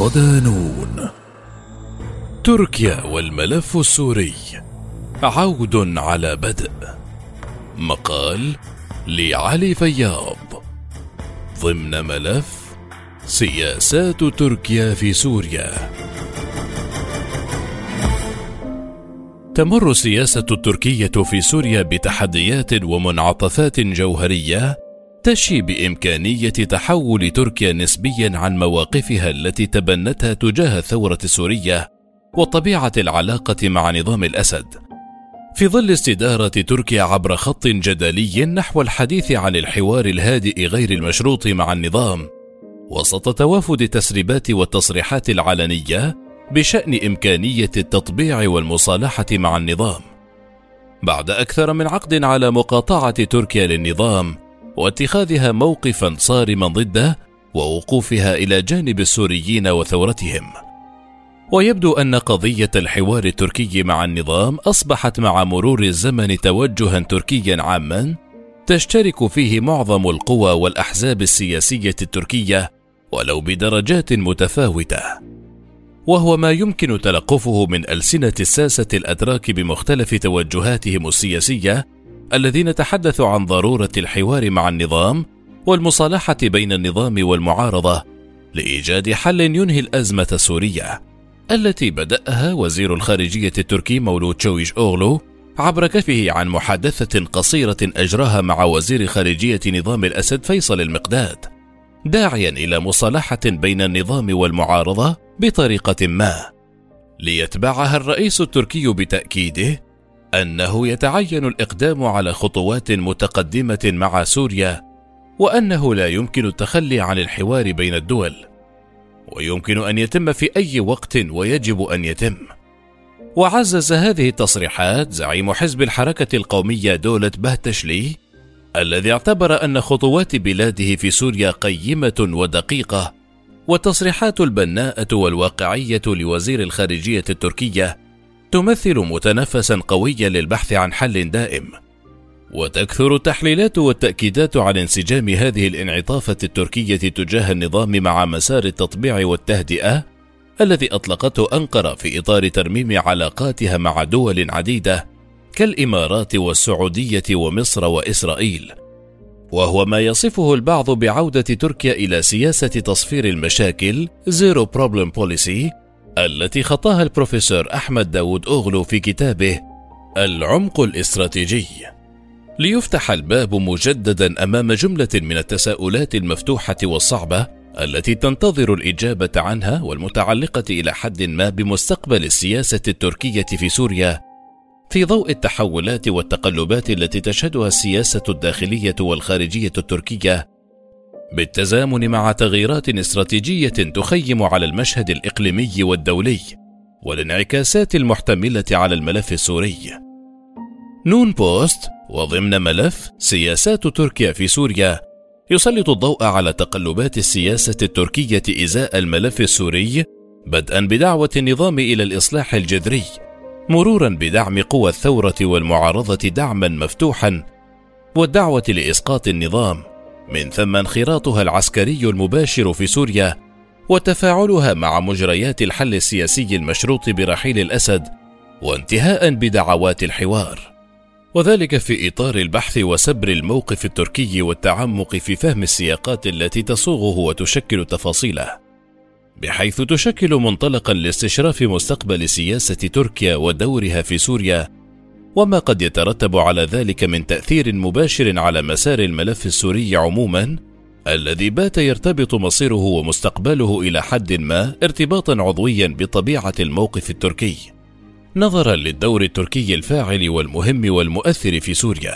ودانون. تركيا والملف السوري، عود على بدء. مقال لعلي فياض ضمن ملف سياسات تركيا في سوريا. تمر السياسة التركية في سوريا بتحديات ومنعطفات جوهرية تشي بإمكانية تحول تركيا نسبيا عن مواقفها التي تبنتها تجاه الثورة السورية وطبيعة العلاقة مع نظام الأسد، في ظل استدارة تركيا عبر خط جدلي نحو الحديث عن الحوار الهادئ غير المشروط مع النظام، وسط توافد التسريبات والتصريحات العلنية بشأن إمكانية التطبيع والمصالحة مع النظام. بعد أكثر من عقد على مقاطعة تركيا للنظام واتخاذها موقفا صارما ضده ووقوفها إلى جانب السوريين وثورتهم، ويبدو أن قضية الحوار التركي مع النظام أصبحت مع مرور الزمن توجها تركيا عاما تشترك فيه معظم القوى والأحزاب السياسية التركية ولو بدرجات متفاوتة، وهو ما يمكن تلقفه من ألسنة الساسة الأتراك بمختلف توجهاتهم السياسية الذين تحدثوا عن ضرورة الحوار مع النظام والمصالحة بين النظام والمعارضة لإيجاد حل ينهي الأزمة السورية التي بدأها وزير الخارجية التركي مولود تشاوش أوغلو عبر كفه عن محادثة قصيرة أجراها مع وزير خارجية نظام الأسد فيصل المقداد، داعيا إلى مصالحة بين النظام والمعارضة بطريقة ما، ليتبعها الرئيس التركي بتأكيده أنه يتعين الإقدام على خطوات متقدمة مع سوريا، وأنه لا يمكن التخلي عن الحوار بين الدول، ويمكن أن يتم في أي وقت ويجب أن يتم. وعزز هذه التصريحات زعيم حزب الحركة القومية دولة بهتشلي الذي اعتبر أن خطوات بلاده في سوريا قيمة ودقيقة، والتصريحات البناءة والواقعية لوزير الخارجية التركية تمثل متنفسا قويا للبحث عن حل دائم. وتكثر التحليلات والتأكيدات عن انسجام هذه الانعطافة التركية تجاه النظام مع مسار التطبيع والتهدئة الذي أطلقته أنقرة في إطار ترميم علاقاتها مع دول عديدة كالإمارات والسعودية ومصر وإسرائيل، وهو ما يصفه البعض بعودة تركيا إلى سياسة تصفير المشاكل Zero Problem Policy التي خطاها البروفيسور أحمد داود أوغلو في كتابه العمق الاستراتيجي، ليفتح الباب مجددا أمام جملة من التساؤلات المفتوحة والصعبة التي تنتظر الإجابة عنها والمتعلقة إلى حد ما بمستقبل السياسة التركية في سوريا في ضوء التحولات والتقلبات التي تشهدها السياسة الداخلية والخارجية التركية، بالتزامن مع تغييرات استراتيجية تخيم على المشهد الإقليمي والدولي والانعكاسات المحتملة على الملف السوري. نون بوست وضمن ملف سياسات تركيا في سوريا يسلط الضوء على تقلبات السياسة التركية إزاء الملف السوري، بدءا بدعوة النظام إلى الإصلاح الجذري، مرورا بدعم قوى الثورة والمعارضة دعما مفتوحا، والدعوة لإسقاط النظام، من ثم انخراطها العسكري المباشر في سوريا وتفاعلها مع مجريات الحل السياسي المشروط برحيل الأسد، وانتهاء بدعوات الحوار، وذلك في إطار البحث وسبر الموقف التركي والتعمق في فهم السياقات التي تصوغه وتشكل تفاصيله، بحيث تشكل منطلقا لاستشراف مستقبل سياسة تركيا ودورها في سوريا وما قد يترتب على ذلك من تأثير مباشر على مسار الملف السوري عموما، الذي بات يرتبط مصيره ومستقبله إلى حد ما ارتباطا عضويا بطبيعة الموقف التركي، نظرا للدور التركي الفاعل والمهم والمؤثر في سوريا.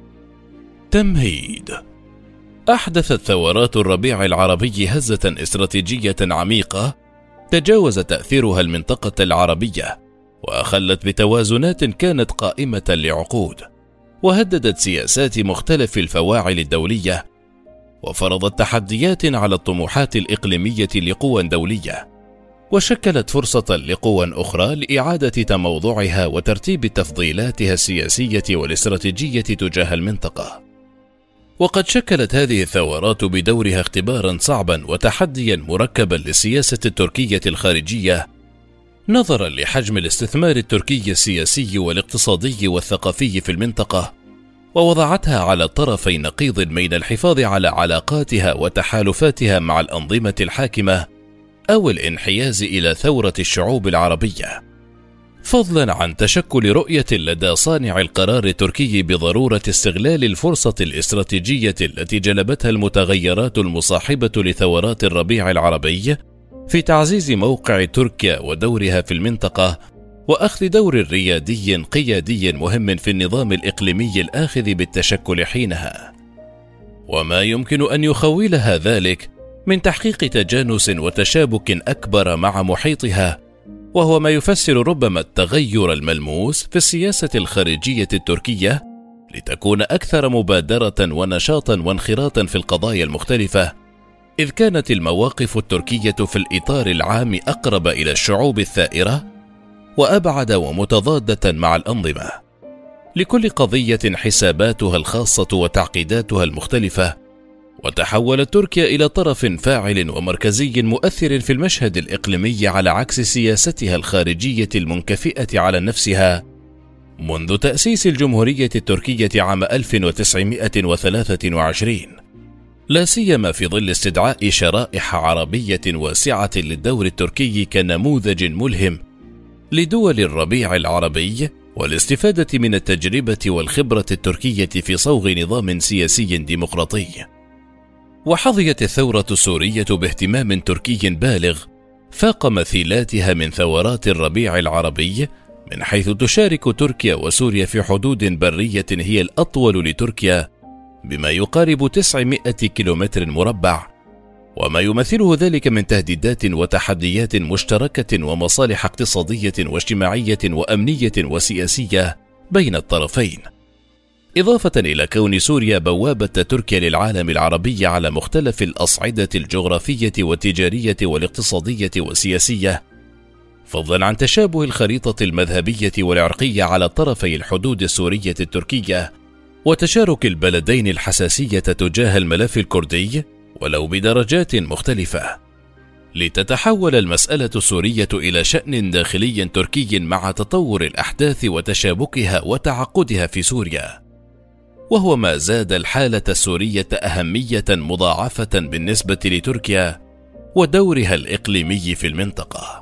تمهيد. أحدثت ثورات الربيع العربي هزة استراتيجية عميقة تجاوز تأثيرها المنطقة العربية، وأخلت بتوازنات كانت قائمة لعقود، وهددت سياسات مختلف الفواعل الدولية، وفرضت تحديات على الطموحات الإقليمية لقوى دولية، وشكلت فرصة لقوى أخرى لإعادة تموضعها وترتيب تفضيلاتها السياسية والاستراتيجية تجاه المنطقة. وقد شكلت هذه الثورات بدورها اختبارا صعبا وتحديا مركبا للسياسة التركية الخارجية، نظرا لحجم الاستثمار التركي السياسي والاقتصادي والثقافي في المنطقة، ووضعتها على طرفي نقيض بين الحفاظ على علاقاتها وتحالفاتها مع الأنظمة الحاكمة أو الانحياز إلى ثورة الشعوب العربية، فضلا عن تشكل رؤية لدى صانع القرار التركي بضرورة استغلال الفرصة الاستراتيجية التي جلبتها المتغيرات المصاحبة لثورات الربيع العربي في تعزيز موقع تركيا ودورها في المنطقة، وأخذ دور ريادي قيادي مهم في النظام الإقليمي الآخذ بالتشكل حينها. وما يمكن أن يخولها ذلك من تحقيق تجانس وتشابك أكبر مع محيطها، وهو ما يفسر ربما التغير الملموس في السياسة الخارجية التركية لتكون أكثر مبادرة ونشاطا وانخراطا في القضايا المختلفة، إذ كانت المواقف التركية في الإطار العام أقرب إلى الشعوب الثائرة وأبعد ومتضادة مع الأنظمة، لكل قضية حساباتها الخاصة وتعقيداتها المختلفة. وتحولت تركيا إلى طرف فاعل ومركزي مؤثر في المشهد الإقليمي على عكس سياستها الخارجية المنكفئة على نفسها منذ تأسيس الجمهورية التركية عام 1923، لا سيما في ظل استدعاء شرائح عربية واسعة للدور التركي كنموذج ملهم لدول الربيع العربي، والاستفادة من التجربة والخبرة التركية في صوغ نظام سياسي ديمقراطي. وحظيت الثورة السورية باهتمام تركي بالغ فاق مثيلاتها من ثورات الربيع العربي، من حيث تشارك تركيا وسوريا في حدود برية هي الأطول لتركيا بما يقارب 900 كيلومتر مربع، وما يمثله ذلك من تهديدات وتحديات مشتركة ومصالح اقتصادية واجتماعية وأمنية وسياسية بين الطرفين، إضافة إلى كون سوريا بوابة تركيا للعالم العربي على مختلف الأصعدة الجغرافية والتجارية والاقتصادية والسياسية، فضلا عن تشابه الخريطة المذهبية والعرقية على طرفي الحدود السورية التركية، وتشارك البلدين الحساسية تجاه الملف الكردي ولو بدرجات مختلفة، لتتحول المسألة السورية إلى شأن داخلي تركي مع تطور الأحداث وتشابكها وتعقدها في سوريا، وهو ما زاد الحالة السورية أهمية مضاعفة بالنسبة لتركيا ودورها الإقليمي في المنطقة.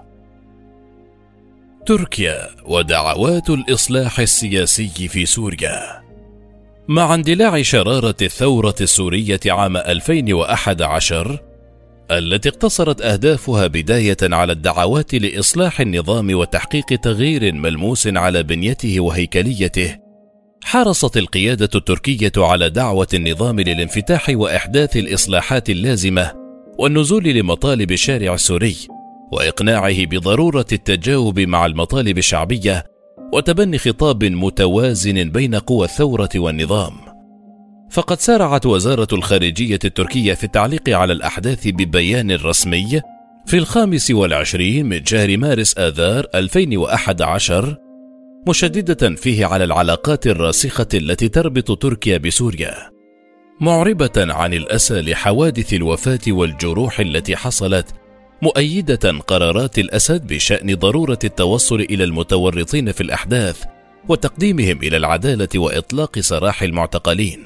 تركيا ودعوات الإصلاح السياسي في سوريا. مع اندلاع شرارة الثورة السورية عام 2011 التي اقتصرت أهدافها بداية على الدعوات لإصلاح النظام وتحقيق تغيير ملموس على بنيته وهيكليته، حرصت القيادة التركية على دعوة النظام للانفتاح وإحداث الإصلاحات اللازمة والنزول لمطالب الشارع السوري، وإقناعه بضرورة التجاوب مع المطالب الشعبية وتبني خطاب متوازن بين قوى الثورة والنظام. فقد سارعت وزارة الخارجية التركية في التعليق على الأحداث ببيان رسمي في 25 من شهر مارس آذار 2011، مشددة فيه على العلاقات الراسخة التي تربط تركيا بسوريا، معربة عن الأسى لحوادث الوفاة والجروح التي حصلت، مؤيدة قرارات الأسد بشأن ضرورة التوصل إلى المتورطين في الأحداث وتقديمهم إلى العدالة وإطلاق سراح المعتقلين،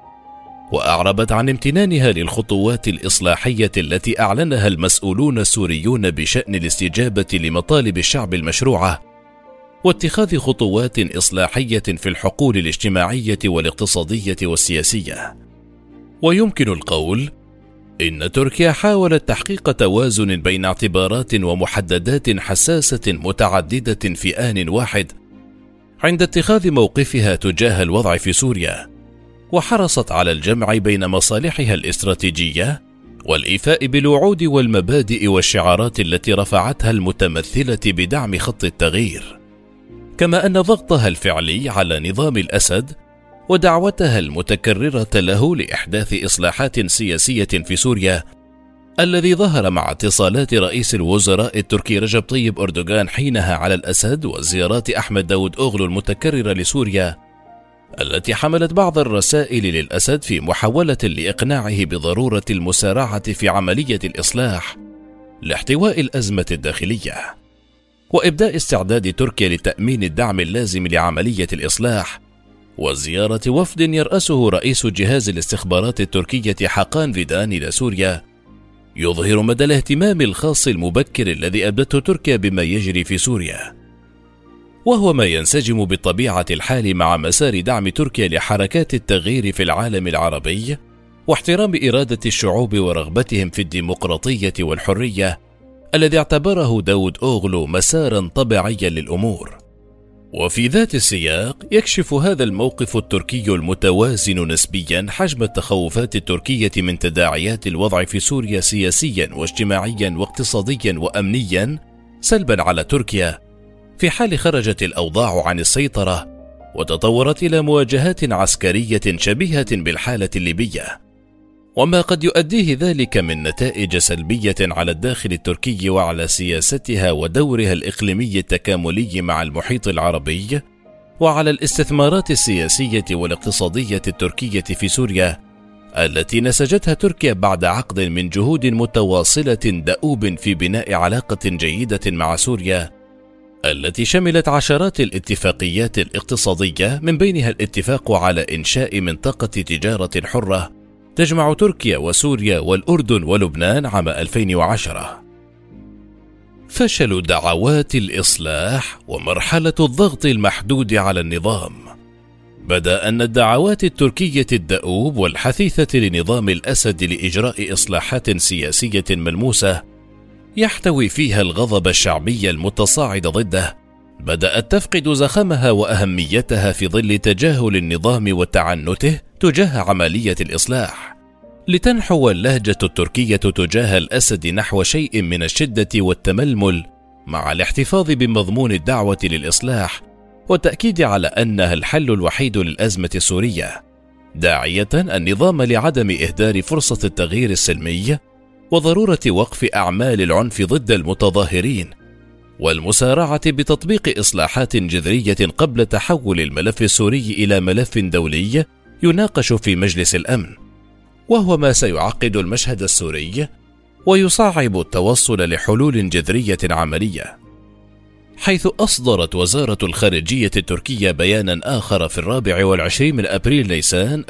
وأعربت عن امتنانها للخطوات الإصلاحية التي أعلنها المسؤولون السوريون بشأن الاستجابة لمطالب الشعب المشروعة واتخاذ خطوات إصلاحية في الحقول الاجتماعية والاقتصادية والسياسية. ويمكن القول إن تركيا حاولت تحقيق توازن بين اعتبارات ومحددات حساسة متعددة في آن واحد عند اتخاذ موقفها تجاه الوضع في سوريا، وحرصت على الجمع بين مصالحها الاستراتيجية والإيفاء بالوعود والمبادئ والشعارات التي رفعتها المتمثلة بدعم خط التغيير، كما أن ضغطها الفعلي على نظام الأسد ودعوتها المتكررة له لإحداث إصلاحات سياسية في سوريا الذي ظهر مع اتصالات رئيس الوزراء التركي رجب طيب أردوغان حينها على الأسد وزيارات أحمد داود أوغلو المتكررة لسوريا، التي حملت بعض الرسائل للأسد في محاولة لإقناعه بضرورة المسارعة في عملية الإصلاح لاحتواء الأزمة الداخلية، وإبداء استعداد تركيا لتأمين الدعم اللازم لعملية الإصلاح، وزيارة وفد يرأسه رئيس جهاز الاستخبارات التركية حقان فيدان إلى سوريا، يظهر مدى الاهتمام الخاص المبكر الذي أبدته تركيا بما يجري في سوريا، وهو ما ينسجم بطبيعة الحال مع مسار دعم تركيا لحركات التغيير في العالم العربي واحترام إرادة الشعوب ورغبتهم في الديمقراطية والحرية، الذي اعتبره داود أوغلو مسارا طبيعيا للأمور. وفي ذات السياق يكشف هذا الموقف التركي المتوازن نسبيا حجم التخوفات التركية من تداعيات الوضع في سوريا سياسيا واجتماعيا واقتصاديا وأمنيا سلبا على تركيا، في حال خرجت الأوضاع عن السيطرة وتطورت إلى مواجهات عسكرية شبيهة بالحالة الليبية، وما قد يؤديه ذلك من نتائج سلبية على الداخل التركي وعلى سياستها ودورها الإقليمي التكاملي مع المحيط العربي، وعلى الاستثمارات السياسية والاقتصادية التركية في سوريا التي نسجتها تركيا بعد عقد من جهود متواصلة دؤوب في بناء علاقة جيدة مع سوريا، التي شملت عشرات الاتفاقيات الاقتصادية، من بينها الاتفاق على إنشاء منطقة تجارة حرة تجمع تركيا وسوريا والأردن ولبنان عام 2010. فشل دعوات الإصلاح ومرحلة الضغط المحدود على النظام. بدا أن الدعوات التركية الدؤوب والحثيثة لنظام الأسد لإجراء إصلاحات سياسية ملموسة يحتوي فيها الغضب الشعبي المتصاعد ضده بدأت تفقد زخمها وأهميتها في ظل تجاهل النظام وتعنته تجاه عملية الإصلاح، لتنحو اللهجة التركية تجاه الأسد نحو شيء من الشدة والتململ، مع الاحتفاظ بمضمون الدعوة للإصلاح والتأكيد على أنها الحل الوحيد للأزمة السورية، داعية النظام لعدم إهدار فرصة التغيير السلمي وضرورة وقف أعمال العنف ضد المتظاهرين والمسارعة بتطبيق إصلاحات جذرية قبل تحول الملف السوري إلى ملف دولي يناقش في مجلس الأمن، وهو ما سيعقد المشهد السوري ويصعب التوصل لحلول جذرية عملية. حيث أصدرت وزارة الخارجية التركية بيانا آخر في 24 من أبريل نيسان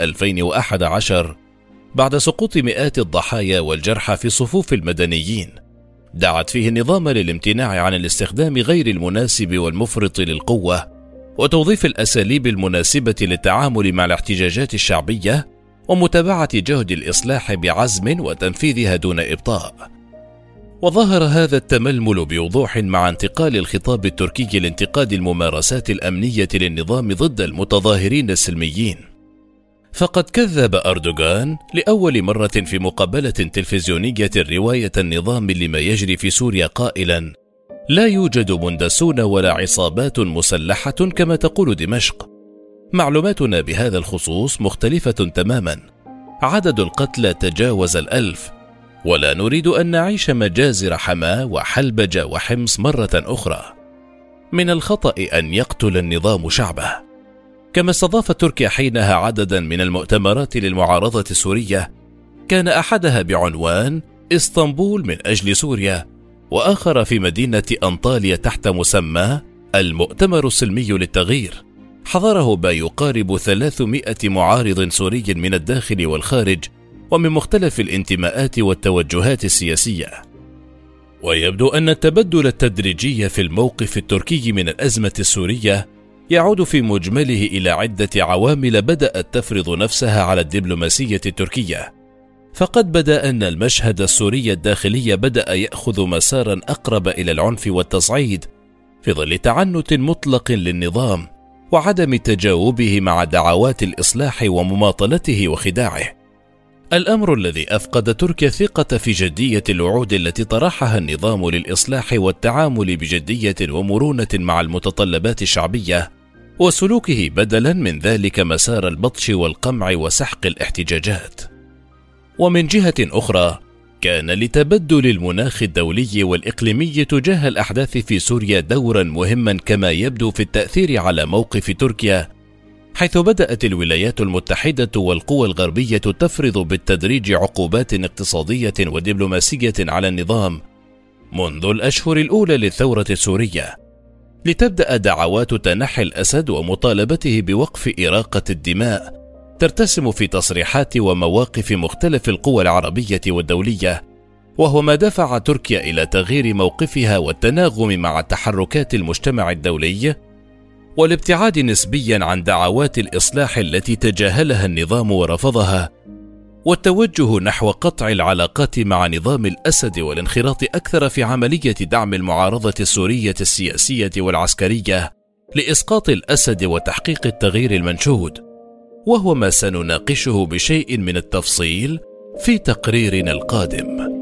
2011 بعد سقوط مئات الضحايا والجرحى في صفوف المدنيين، دعت فيه النظام للامتناع عن الاستخدام غير المناسب والمفرط للقوة وتوظيف الأساليب المناسبة للتعامل مع الاحتجاجات الشعبية ومتابعة جهد الإصلاح بعزم وتنفيذها دون إبطاء. وظهر هذا التململ بوضوح مع انتقال الخطاب التركي لانتقاد الممارسات الأمنية للنظام ضد المتظاهرين السلميين، فقد كذب أردوغان لأول مرة في مقابلة تلفزيونية رواية النظام لما يجري في سوريا قائلا: لا يوجد مندسون ولا عصابات مسلحة كما تقول دمشق. معلوماتنا بهذا الخصوص مختلفة تماما، عدد القتلى تجاوز 1000، ولا نريد أن نعيش مجازر حماة وحلبجة وحمص مرة أخرى. من الخطأ أن يقتل النظام شعبه. كما استضاف تركيا حينها عددا من المؤتمرات للمعارضة السورية، كان أحدها بعنوان إسطنبول من أجل سوريا، وآخر في مدينة أنطاليا تحت مسمى المؤتمر السلمي للتغيير، حضره ما يقارب 300 معارض سوري من الداخل والخارج ومن مختلف الانتماءات والتوجهات السياسية. ويبدو أن التبدل التدريجي في الموقف التركي من الأزمة السورية يعود في مجمله إلى عدة عوامل بدأت تفرض نفسها على الدبلوماسية التركية. فقد بدا أن المشهد السوري الداخلي بدأ يأخذ مسارا أقرب إلى العنف والتصعيد في ظل تعنت مطلق للنظام وعدم تجاوبه مع دعوات الإصلاح ومماطلته وخداعه، الأمر الذي أفقد تركيا الثقة في جدية الوعود التي طرحها النظام للإصلاح والتعامل بجدية ومرونة مع المتطلبات الشعبية، وسلوكه بدلا من ذلك مسار البطش والقمع وسحق الاحتجاجات. ومن جهة أخرى، كان لتبدل المناخ الدولي والإقليمي تجاه الأحداث في سوريا دورا مهما كما يبدو في التأثير على موقف تركيا، حيث بدأت الولايات المتحدة والقوى الغربية تفرض بالتدريج عقوبات اقتصادية ودبلوماسية على النظام منذ الأشهر الأولى للثورة السورية، لتبدأ دعوات تنحي الأسد ومطالبته بوقف إراقة الدماء ترتسم في تصريحات ومواقف مختلف القوى العربية والدولية، وهو ما دفع تركيا إلى تغيير موقفها والتناغم مع تحركات المجتمع الدولي والابتعاد نسبيا عن دعوات الإصلاح التي تجاهلها النظام ورفضها، والتوجه نحو قطع العلاقات مع نظام الأسد والانخراط أكثر في عملية دعم المعارضة السورية السياسية والعسكرية لإسقاط الأسد وتحقيق التغيير المنشود، وهو ما سنناقشه بشيء من التفصيل في تقريرنا القادم.